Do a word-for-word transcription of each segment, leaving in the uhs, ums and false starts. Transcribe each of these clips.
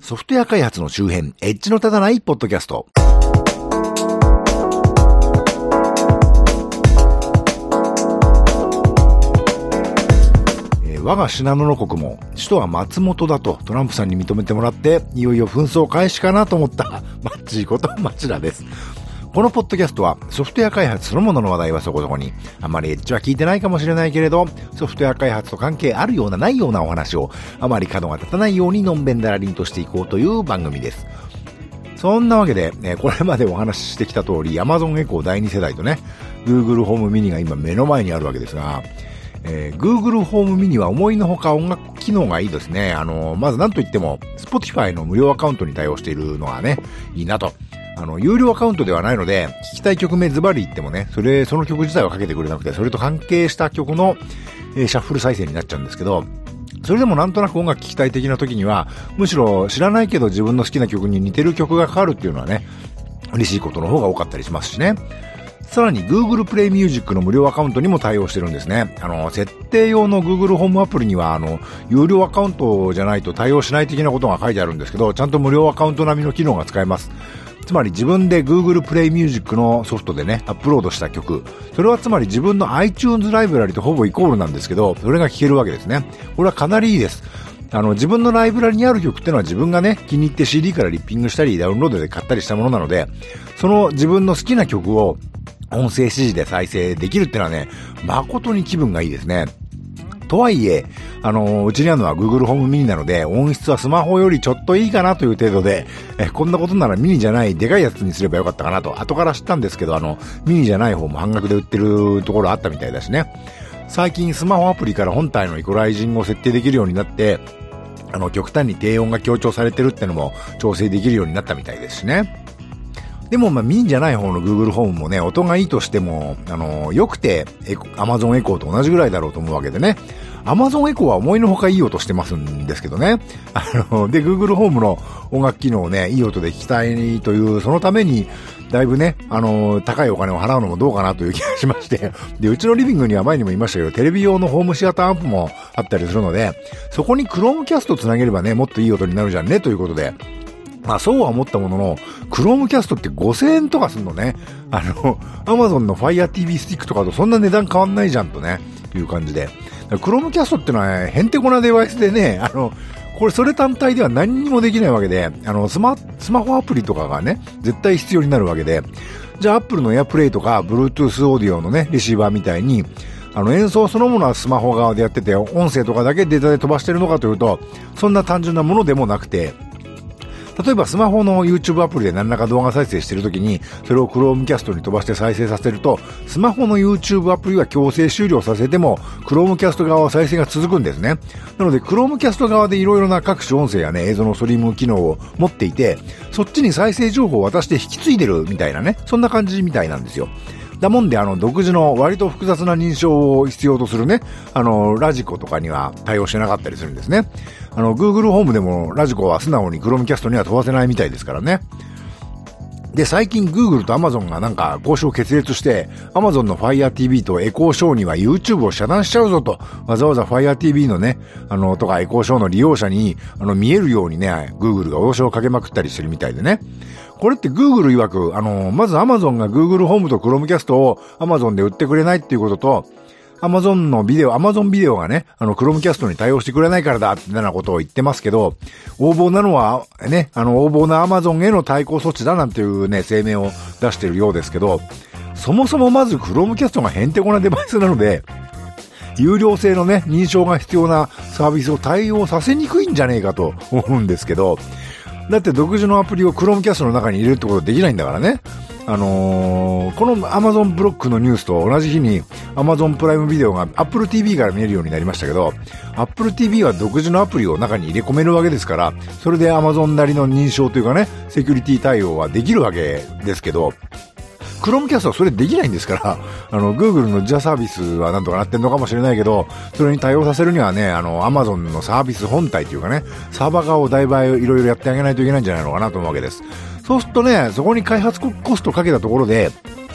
ソフトウェア開発の周辺、エッジの立たないポッドキャスト。えー、我が信濃国も首都は松本だとトランプさんに認めてもらって、いよいよ紛争開始かなと思ったマッチーこと町田です。このポッドキャストはソフトウェア開発そのものの話題はそこそこに、あまりエッジは聞いてないかもしれないけれど、ソフトウェア開発と関係あるようなないようなお話をあまり角が立たないようにのんべんだらりんとしていこうという番組です。そんなわけで、ね、これまでお話ししてきた通り Amazon Echo だいに世代とね Google Home Mini が今目の前にあるわけですが、えー、Google Home Mini は思いのほか音楽機能がいいですね。あのー、まず何といっても Spotify の無料アカウントに対応しているのがねいいなと。あの、有料アカウントではないので、聴きたい曲名ズバリ言ってもね、それ、その曲自体はかけてくれなくて、それと関係した曲の、えー、シャッフル再生になっちゃうんですけど、それでもなんとなく音楽聴きたい的な時には、むしろ知らないけど自分の好きな曲に似てる曲がかかるっていうのはね、嬉しいことの方が多かったりしますしね。さらに Google Play Music の無料アカウントにも対応してるんですね。あの、設定用の Google ホームアプリには、あの、有料アカウントじゃないと対応しない的なことが書いてあるんですけど、ちゃんと無料アカウント並みの機能が使えます。つまり自分で Google Play Music のソフトでね、アップロードした曲。それはつまり自分の iTunes ライブラリとほぼイコールなんですけど、それが聴けるわけですね。これはかなりいいです。あの、自分のライブラリにある曲ってのは自分がね、気に入って シーディー からリッピングしたり、ダウンロードで買ったりしたものなので、その自分の好きな曲を音声指示で再生できるってのはね、誠に気分がいいですね。とはいえ、あのー、うちにあるのは Google Home Mini なので、音質はスマホよりちょっといいかなという程度で、え、こんなことならミニじゃないでかいやつにすればよかったかなと、後から知ったんですけど、あの、ミニじゃない方も半額で売ってるところあったみたいだしね。最近スマホアプリから本体のイコライジングを設定できるようになって、あの、極端に低音が強調されてるってのも調整できるようになったみたいですしね。でもまあミニじゃない方の Google ホームもね、音がいいとしても、あのー、良くて Amazon Echo と同じぐらいだろうと思うわけでね。Amazon Echo は思いのほかいい音してますんですけどね。あの、で、Google ホームの音楽機能をね、いい音で聞きたいという、そのために、だいぶね、あのー、高いお金を払うのもどうかなという気がしまして。で、うちのリビングには前にも言いましたけど、テレビ用のホームシアターアンプもあったりするので、そこに Chromecast つなげればね、もっといい音になるじゃんね、ということで。まあそうは思ったものの、Chromecast ってごせんえんとかすんのね。あの、Amazon の Fire ティーブイ スティックとかとそんな値段変わんないじゃんとね、いう感じで。Chromecast ってのはへんてこなデバイスでね、あの、これそれ単体では何にもできないわけで、あの、スマ、スマホアプリとかがね、絶対必要になるわけで、じゃあ Apple の AirPlay とか Bluetooth オーディオのね、レシーバーみたいに、あの演奏そのものはスマホ側でやってて、音声とかだけデータで飛ばしてるのかというと、そんな単純なものでもなくて、例えばスマホの YouTube アプリで何らか動画再生してるときに、それを Chromecast に飛ばして再生させると、スマホの YouTube アプリは強制終了させても、Chromecast 側は再生が続くんですね。なので、Chromecast 側でいろいろな各種音声やね、映像のストリーム機能を持っていて、そっちに再生情報を渡して引き継いでるみたいなね、そんな感じみたいなんですよ。だもんで、あの、独自の割と複雑な認証を必要とするね、あの、ラジコとかには対応してなかったりするんですね。あの、Google ホームでもラジコは素直に Chromecast には飛ばせないみたいですからね。で、最近 Google と Amazon がなんか交渉決裂して、Amazon の Fire ティーブイ と Echo Show には YouTube を遮断しちゃうぞと、わざわざ Fire ティーブイ のね、あの、とか Echo Show の利用者に、あの、見えるようにね、Google が応酬をかけまくったりしてるみたいでね。これって Google 曰く、あの、まず Amazon が Google ホームと Chromecast を Amazon で売ってくれないっていうことと、Amazon のビデオ、Amazon ビデオがね、あの、Chromecast に対応してくれないからだ、ってなようなことを言ってますけど、横暴なのは、ね、あの、横暴な Amazon への対抗措置だなんていうね、声明を出しているようですけど、そもそもまず Chromecast がへんてこなデバイスなので、有料性のね、認証が必要なサービスを対応させにくいんじゃねえかと思うんですけど、だって独自のアプリを Chromecast の中に入れるってことできないんだからね。あのー、この Amazon ブロックのニュースと同じ日に Amazon プライムビデオが Apple ティーブイ から見えるようになりましたけど、Apple ティーブイ は独自のアプリを中に入れ込めるわけですから、それで Amazon なりの認証というかね、セキュリティ対応はできるわけですけど、Chromecast はそれできないんですから、あの、Google の自社サービスはなんとかなってんのかもしれないけど、それに対応させるにはね、あの、Amazon のサービス本体というかね、サーバー側をだいぶいろいろやってあげないといけないんじゃないのかなと思うわけです。そうするとね、そこに開発コストかけたところで、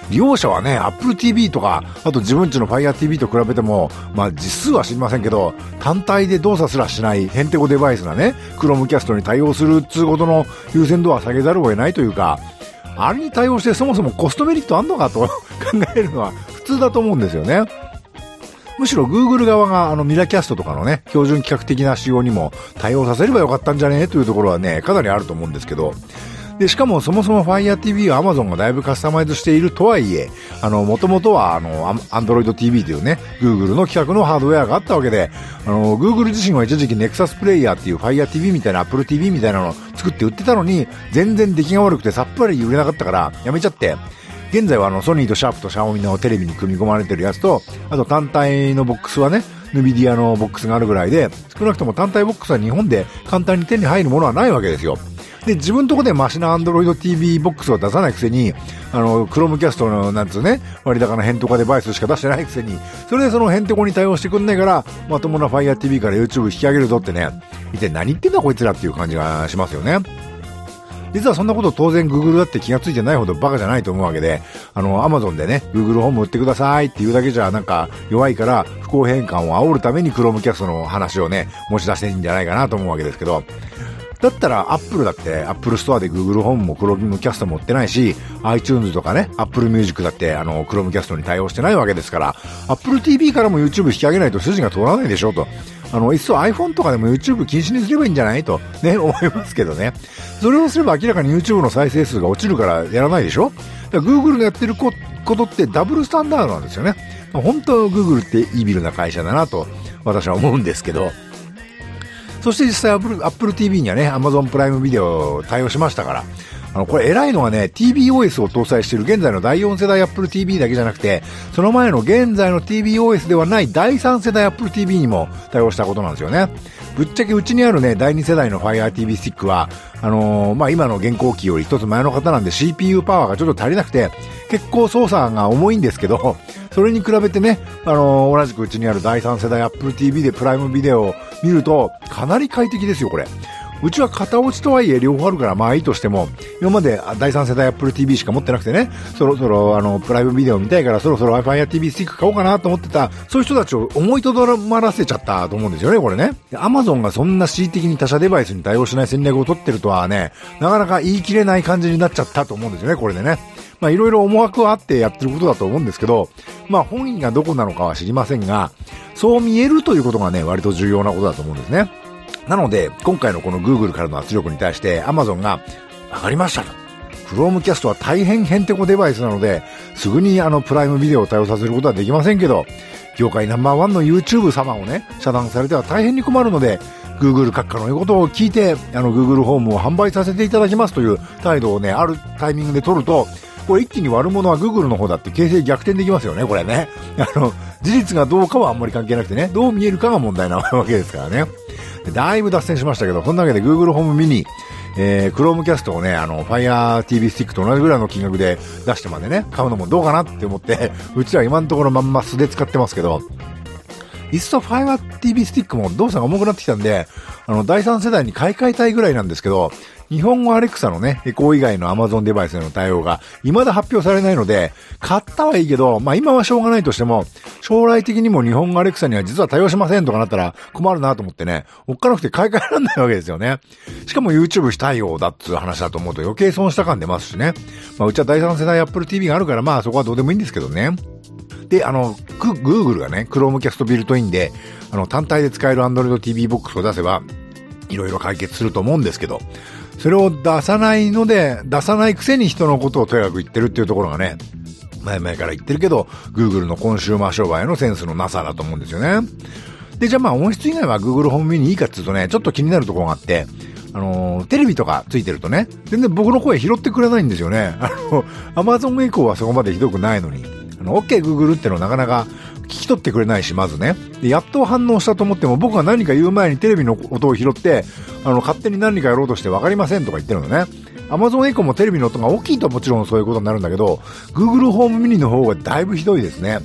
利用者はね、Apple ティーブイ とか、あと自分家の Fire ティーブイ と比べても、まあ実数は知りませんけど、単体で動作すらしないヘンテコデバイスなね、Chromecast に対応するっつうことの優先度は下げざるを得ないというか、あれに対応してそもそもコストメリットあんのかと考えるのは普通だと思うんですよね。むしろ Google 側があのミラキャストとかのね、標準規格的な仕様にも対応させればよかったんじゃねえというところはね、かなりあると思うんですけど、で、しかもそもそも Fire ティーブイ は Amazon がだいぶカスタマイズしているとはいえ、あの、元々はあの、Android ティーブイ というね、Google の規格のハードウェアがあったわけで、あの、Google 自身は一時期 Nexus Player っていう Fire ティーブイ みたいな Apple ティーブイ みたいなのを作って売ってたのに、全然出来が悪くてさっぱり売れなかったからやめちゃって、現在はあの、ソニーとシャープとシャオミのテレビに組み込まれてるやつと、あと単体のボックスはね、ヌビディアのボックスがあるぐらいで、少なくとも単体ボックスは日本で簡単に手に入るものはないわけですよ。で、自分のとこでマシな Android ティーブイ ボックスを出さないくせに、あの、Chromecast のなんつうね、割高なヘンテコデバイスしか出してないくせに、それでそのヘンテコに対応してくんないから、まともな Fire ティーブイ から YouTube 引き上げるぞってね、一体何言ってんだこいつらっていう感じがしますよね。実はそんなこと当然 Google だって気がついてないほどバカじゃないと思うわけで、あの Amazon でね Google ホーム売ってくださいっていうだけじゃなんか弱いから不公平感を煽るために Chromecast の話をね持ち出してるんじゃないかなと思うわけですけど、だったら Apple だって Apple ストアで Google ホームも Chromecast も売ってないし iTunes とかね Apple Music だってあの Chromecast に対応してないわけですから Apple ティーブイ からも YouTube 引き上げないと筋が通らないでしょうと、あのいっそ iPhone とかでも YouTube 禁止にすればいいんじゃないとね思いますけどね。それをすれば明らかに YouTube の再生数が落ちるからやらないでしょ。だから Google がやってるこことってダブルスタンダードなんですよね。本当 Google ってイービルな会社だなと私は思うんですけど、そして実際 Apple, Apple ティーブイ にはね Amazon プライムビデオ対応しましたから、あのこれ偉いのはね ティーブイオーエス を搭載している現在のだいよん世代 Apple ティーブイ だけじゃなくて、その前の現在の ティーブイオーエス ではないだいさん世代 Apple ティーブイ にも対応したことなんですよね。ぶっちゃけうちにあるねだいに世代の Fire ティーブイ スティックはあのー、まあ今の現行機より一つ前の方なんで シーピーユー パワーがちょっと足りなくて結構操作が重いんですけど、それに比べてね、あのー、同じくうちにあるだいさん世代 Apple ティーブイ でプライムビデオを見るとかなり快適ですよこれ。うちは片落ちとはいえ両方あるからまあいいとしても、今までだいさん世代 Apple ティーブイ しか持ってなくてね、そろそろあのプライムビデオ見たいからそろそろ Fire ティーブイ スティック買おうかなと思ってた、そういう人たちを思いとどまらせちゃったと思うんですよねこれね。Amazon がそんな恣意的に他社デバイスに対応しない戦略を取ってるとはね、なかなか言い切れない感じになっちゃったと思うんですよねこれでね。まあいろいろ思惑はあってやってることだと思うんですけど、まあ本意がどこなのかは知りませんが、そう見えるということがね割と重要なことだと思うんですね。なので今回のこの Google からの圧力に対して Amazon がわかりましたと、Chromecast は大変ヘンテコデバイスなのですぐにあのプライムビデオを対応させることはできませんけど、業界ナンバーワンの YouTube 様をね遮断されては大変に困るので Google 閣下の言うことを聞いてあの Google ホームを販売させていただきますという態度をねあるタイミングで取ると、これ一気に悪者は Google の方だって形勢逆転できますよねこれね。あの事実がどうかはあんまり関係なくてね、どう見えるかが問題なわけですからね。だいぶ脱線しましたけど、そんなわけで Google ホームミニ、えー、Chromecast をねあの Fire ティーブイ スティックと同じぐらいの金額で出してまでね買うのもどうかなって思ってうちは今のところまんま素で使ってますけど、いっそ Fire ティーブイ スティックも動作が重くなってきたんであのだいさん世代に買い替えたいぐらいなんですけど、日本語アレクサのねエコー以外の Amazon デバイスへの対応が未だ発表されないので、買ったはいいけどまあ今はしょうがないとしても将来的にも日本語アレクサには実は対応しませんとかなったら困るなと思ってね、おっかなくて買い替えられないわけですよね。しかも YouTube 非対応だっていう話だと思うと余計損した感出ますしね。まあうちはだいさん世代 Apple ティーブイ があるからまあそこはどうでもいいんですけどね。で、あの、Google がね、Chromecast ビルトインで、あの、単体で使える Android ティーブイ ボックスを出せば、いろいろ解決すると思うんですけど、それを出さないので、出さないくせに人のことをとやかく言ってるっていうところがね、前々から言ってるけど、Google のコンシューマー商売のセンスのなさだと思うんですよね。で、じゃあまあ音質以外は Google ホームミニいいかっていうとね、ちょっと気になるところがあって、あのー、テレビとかついてるとね、全然僕の声拾ってくれないんですよね。あの、Amazon エコーはそこまでひどくないのに。あの、OK Google ってのなかなか聞き取ってくれないし、まずね。で、やっと反応したと思っても、僕が何か言う前にテレビの音を拾って、あの、勝手に何かやろうとして分かりませんとか言ってるのね。Amazon エコーもテレビの音が大きいともちろんそういうことになるんだけど、Google ホームミニの方がだいぶひどいですね。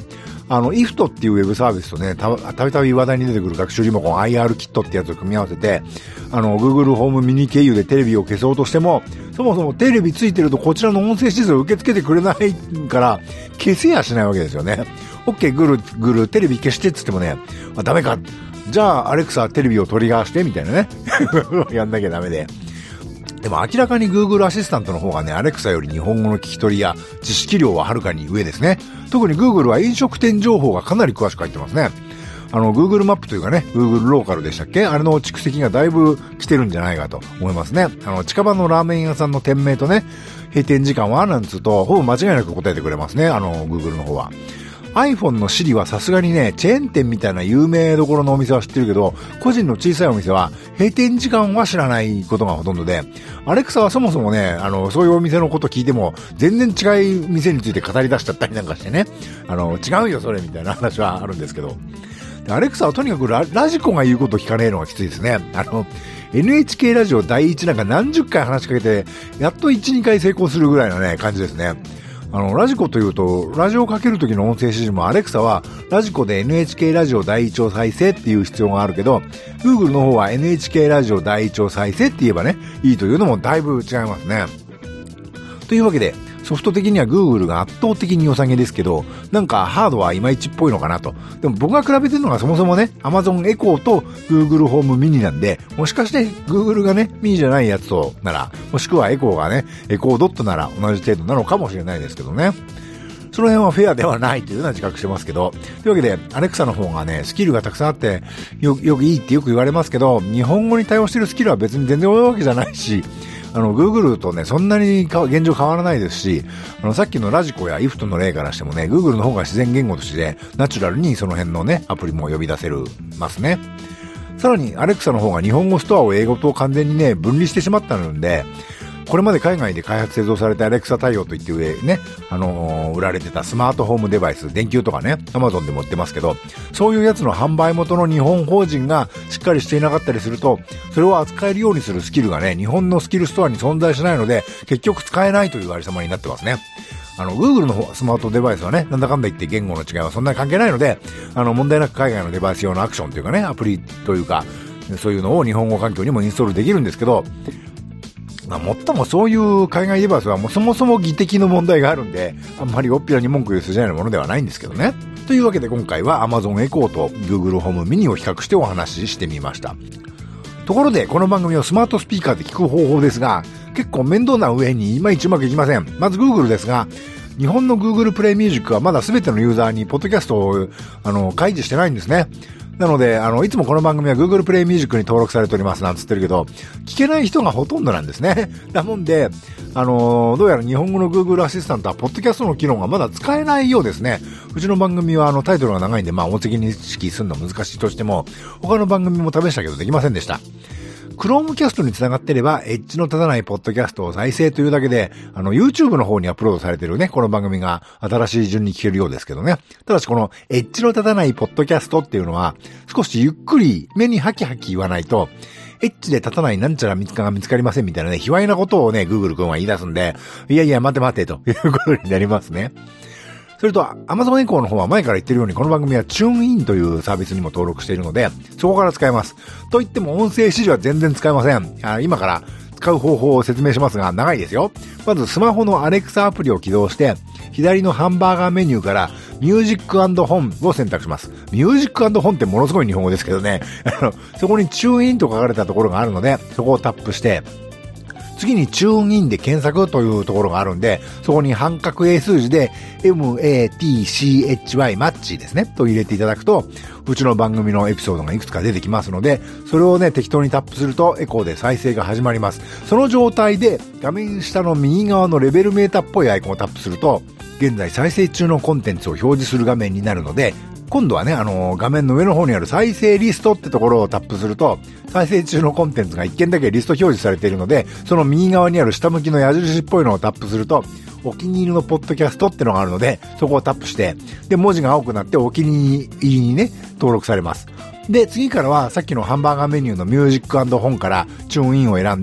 あの、イフト っていうウェブサービスとね、た、たびたび話題に出てくる学習リモコン アイアール キットってやつを組み合わせて、あの、Google ホームミニ経由でテレビを消そうとしても、そもそもテレビついてるとこちらの音声指示を受け付けてくれないから、消せやしないわけですよね。OK、ぐるぐる、テレビ消してって言ってもね、あ、ダメか。じゃあ、アレクサ、テレビをトリガーして、みたいなね。やんなきゃダメで。でも明らかに Google アシスタントの方がね、アレクサより日本語の聞き取りや知識量ははるかに上ですね。特に Google は飲食店情報がかなり詳しく入ってますね。あの、Google マップというかね、Google ローカルでしたっけ？あれの蓄積がだいぶ来てるんじゃないかと思いますね。あの、近場のラーメン屋さんの店名とね、閉店時間はなんつうと、ほぼ間違いなく答えてくれますね。あの、Google の方は。iPhone の Siri はさすがにね、チェーン店みたいな有名どころのお店は知ってるけど、個人の小さいお店は閉店時間は知らないことがほとんどで、アレクサはそもそもね、あの、そういうお店のこと聞いても、全然違い店について語り出しちゃったりなんかしてね、あの、違うよそれみたいな話はあるんですけど、アレクサはとにかく ラ, ラジコが言うこと聞かねえのがきついですね。あの、エヌエイチケー ラジオだいいちなんか何十回話しかけて、やっといち、にかい成功するぐらいのね、感じですね。あの、ラジコというと、ラジオをかけるときの音声指示もアレクサは、ラジコで エヌエイチケー ラジオだいいちを再生っていう必要があるけど、Google の方は エヌエイチケー ラジオだいいちを再生って言えばね、いいというのもだいぶ違いますね。というわけで、ソフト的には Google が圧倒的に良さげですけど、なんかハードはいまいちっぽいのかなと。でも僕が比べてるのがそもそもね、Amazon Echo と Google ホームミニなんで、もしかして Google がね、ミニじゃないやつとなら、もしくは Echo がね、Echo ドットなら同じ程度なのかもしれないですけどね。その辺はフェアではないというのは自覚してますけど、というわけで、アレクサの方がね、スキルがたくさんあって、よ、よくいいってよく言われますけど、日本語に対応してるスキルは別に全然多いわけじゃないし、あの、Google とね、そんなに現状変わらないですし、あの、さっきのラジコやイフトの例からしてもね、Google の方が自然言語として、ナチュラルにその辺のね、アプリも呼び出せるますね。さらに、アレクサの方が日本語ストアを英語と完全にね、分離してしまったので、これまで海外で開発製造されたアレクサ対応といって上ね、あのー、売られてたスマートホームデバイス、電球とかね、Amazon でも売ってますけど、そういうやつの販売元の日本法人がしっかりしていなかったりすると、それを扱えるようにするスキルがね、日本のスキルストアに存在しないので、結局使えないというありさまになってますね。あの、Google のスマートデバイスはね、なんだかんだ言って言語の違いはそんなに関係ないので、あの、問題なく海外のデバイス用のアクションというかね、アプリというか、そういうのを日本語環境にもインストールできるんですけど、まあ、もっともそういう海外デバイスはもうそもそも技的の問題があるんで、あんまりおっぴらに文句言う筋合いのものではないんですけどね。というわけで今回は Amazon Echo と Google ホームミニを比較してお話ししてみました。ところでこの番組をスマートスピーカーで聞く方法ですが、結構面倒な上にいまいちうまくいきません。まず Google ですが、日本の Google プレイミュージックはまだ全てのユーザーにポッドキャストをあの開示してないんですね。なので、あの、いつもこの番組は Google プレイミュージックに登録されておりますなんつってるけど、聞けない人がほとんどなんですね。だもんで、あの、どうやら日本語の Google アシスタントは、ポッドキャストの機能がまだ使えないようですね。うちの番組は、あの、タイトルが長いんで、まあ、音声認識するの難しいとしても、他の番組も試したけどできませんでした。Chromecast につながってれば、エッジの立たないポッドキャストを再生というだけで、あの、YouTube の方にアップロードされてるね、この番組が新しい順に聞けるようですけどね。ただしこの、エッジの立たないポッドキャストっていうのは、少しゆっくり、目にハキハキ言わないと、エッジで立たないなんちゃら見つかが見つかりませんみたいなね、卑猥なことをね、Google 君は言い出すんで、いやいや、待て待て、ということになりますね。それと、Amazon Echo の方は前から言ってるように、この番組はチューンインというサービスにも登録しているので、そこから使えます。と言っても音声指示は全然使えません。あ、今から使う方法を説明しますが、長いですよ。まず、スマホの Alexa アプリを起動して、左のハンバーガーメニューから、ミュージック&本を選択します。ミュージック&本ってものすごい日本語ですけどね。あの、そこにチューンインと書かれたところがあるので、そこをタップして、次にチューンインで検索というところがあるんで、そこに半角英数字で エムエーティーシーエイチワイ マッチですねと入れていただくと、うちの番組のエピソードがいくつか出てきますので、それをね適当にタップするとエコーで再生が始まります。その状態で画面下の右側のレベルメーターっぽいアイコンをタップすると、現在再生中のコンテンツを表示する画面になるので、今度はね、あのー、画面の上の方にある再生リストってところをタップすると、再生中のコンテンツが一件だけリスト表示されているので、その右側にある下向きの矢印っぽいのをタップすると、お気に入りのポッドキャストってのがあるので、そこをタップして、で、文字が青くなってお気に入りにね、登録されます。で、次からはさっきのハンバーガーメニューのミュージック&本からチューンインを選んで、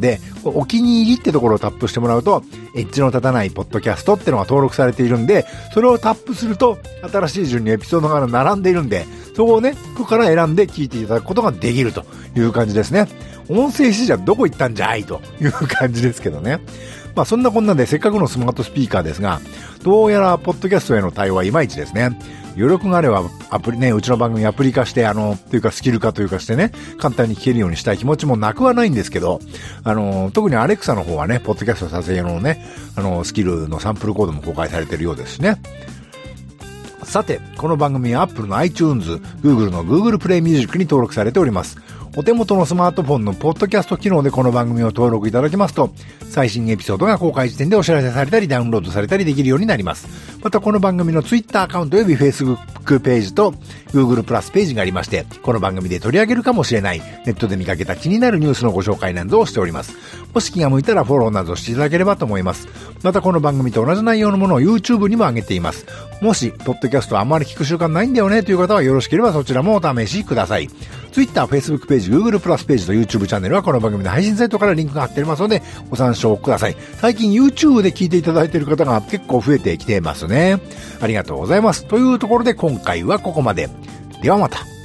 お気に入りってところをタップしてもらうと、エッジの立たないポッドキャストってのが登録されているんで、それをタップすると、新しい順にエピソードが並んでいるんで、そこをね、ここから選んで聞いていただくことができるという感じですね。音声指示はどこ行ったんじゃいという感じですけどね。まあそんなこんなでせっかくのスマートスピーカーですが、どうやらポッドキャストへの対応はいまいちですね。余力があればアプリね、うちの番組アプリ化して、あの、というかスキル化というかしてね、簡単に聞けるようにしたい気持ちもなくはないんですけど、あの、特にアレクサの方はね、ポッドキャスト撮影用のね、あの、スキルのサンプルコードも公開されているようですしね。さて、この番組は Apple の iTunes、Google の Google Play Music に登録されております。お手元のスマートフォンのポッドキャスト機能でこの番組を登録いただきますと、最新エピソードが公開時点でお知らせされたりダウンロードされたりできるようになります。またこの番組の Twitter アカウント及び Facebook ページと Google プラスページがありまして、この番組で取り上げるかもしれないネットで見かけた気になるニュースのご紹介などをしております。もし気が向いたらフォローなどしていただければと思います。またこの番組と同じ内容のものを YouTube にも上げています。もしポッドキャストはあんまり聞く習慣ないんだよねという方はよろしければそちらもお試しください。Twitter、Facebook ページ、Google プラスページと YouTube チャンネルはこの番組の配信サイトからリンクが貼ってありますのでご参照ください。最近 YouTube で聞いていただいている方が結構増えてきていますね。ありがとうございます。というところで今回はここまで。ではまた。